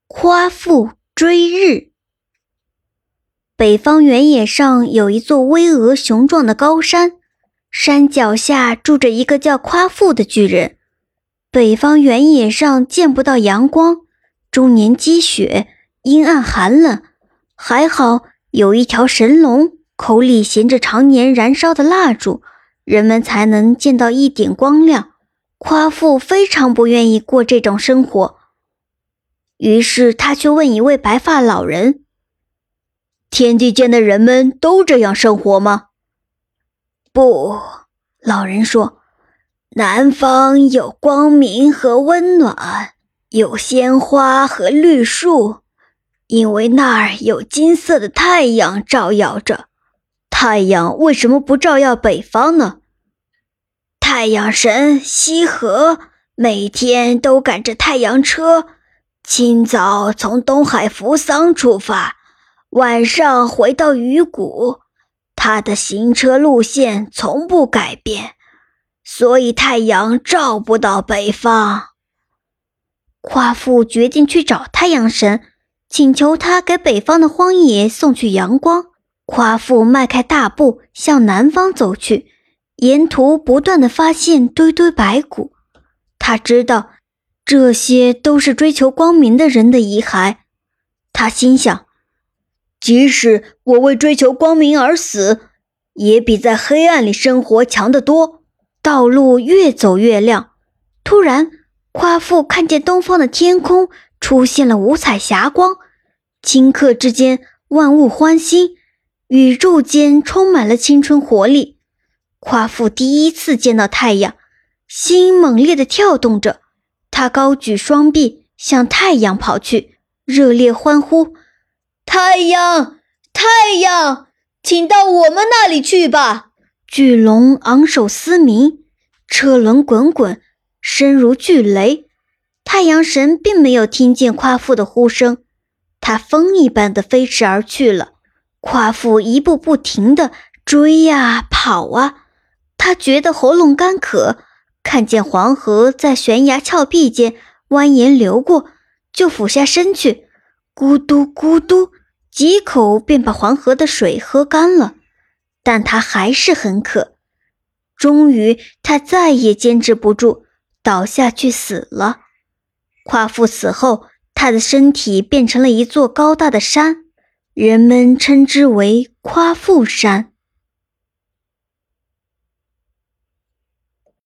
夸父追日。北方原野上有一座巍峨雄壮的高山，山脚下住着一个叫夸父的巨人。北方原野上见不到阳光，终年积雪，阴暗寒冷，还好有一条神龙，口里衔着常年燃烧的蜡烛，人们才能见到一点光亮。夸父非常不愿意过这种生活，于是他去问一位白发老人：天地间的人们都这样生活吗？不，老人说，南方有光明和温暖，有鲜花和绿树，因为那儿有金色的太阳照耀着。太阳为什么不照耀北方呢？太阳神羲和每天都赶着太阳车，清早从东海扶桑出发，晚上回到鱼谷，他的行车路线从不改变，所以太阳照不到北方。夸父决定去找太阳神，请求他给北方的荒野送去阳光。夸父迈开大步向南方走去，沿途不断地发现堆堆白骨。他知道这些都是追求光明的人的遗骸。他心想，即使我为追求光明而死，也比在黑暗里生活强得多。道路越走越亮，突然夸父看见东方的天空出现了五彩霞光，顷刻之间万物欢欣，宇宙间充满了青春活力。夸父第一次见到太阳，心猛烈地跳动着，他高举双臂向太阳跑去，热烈欢呼：太阳，太阳，请到我们那里去吧！巨龙昂首嘶鸣，车轮滚滚，声如巨雷。太阳神并没有听见夸父的呼声，他风一般的飞驰而去了。夸父一步不停地追呀跑啊，他觉得喉咙干渴，看见黄河在悬崖峭壁间蜿蜒流过，就俯下身去，咕嘟咕嘟，几口便把黄河的水喝干了。但他还是很渴，终于他再也坚持不住，倒下去死了。夸父死后，他的身体变成了一座高大的山，人们称之为夸父山。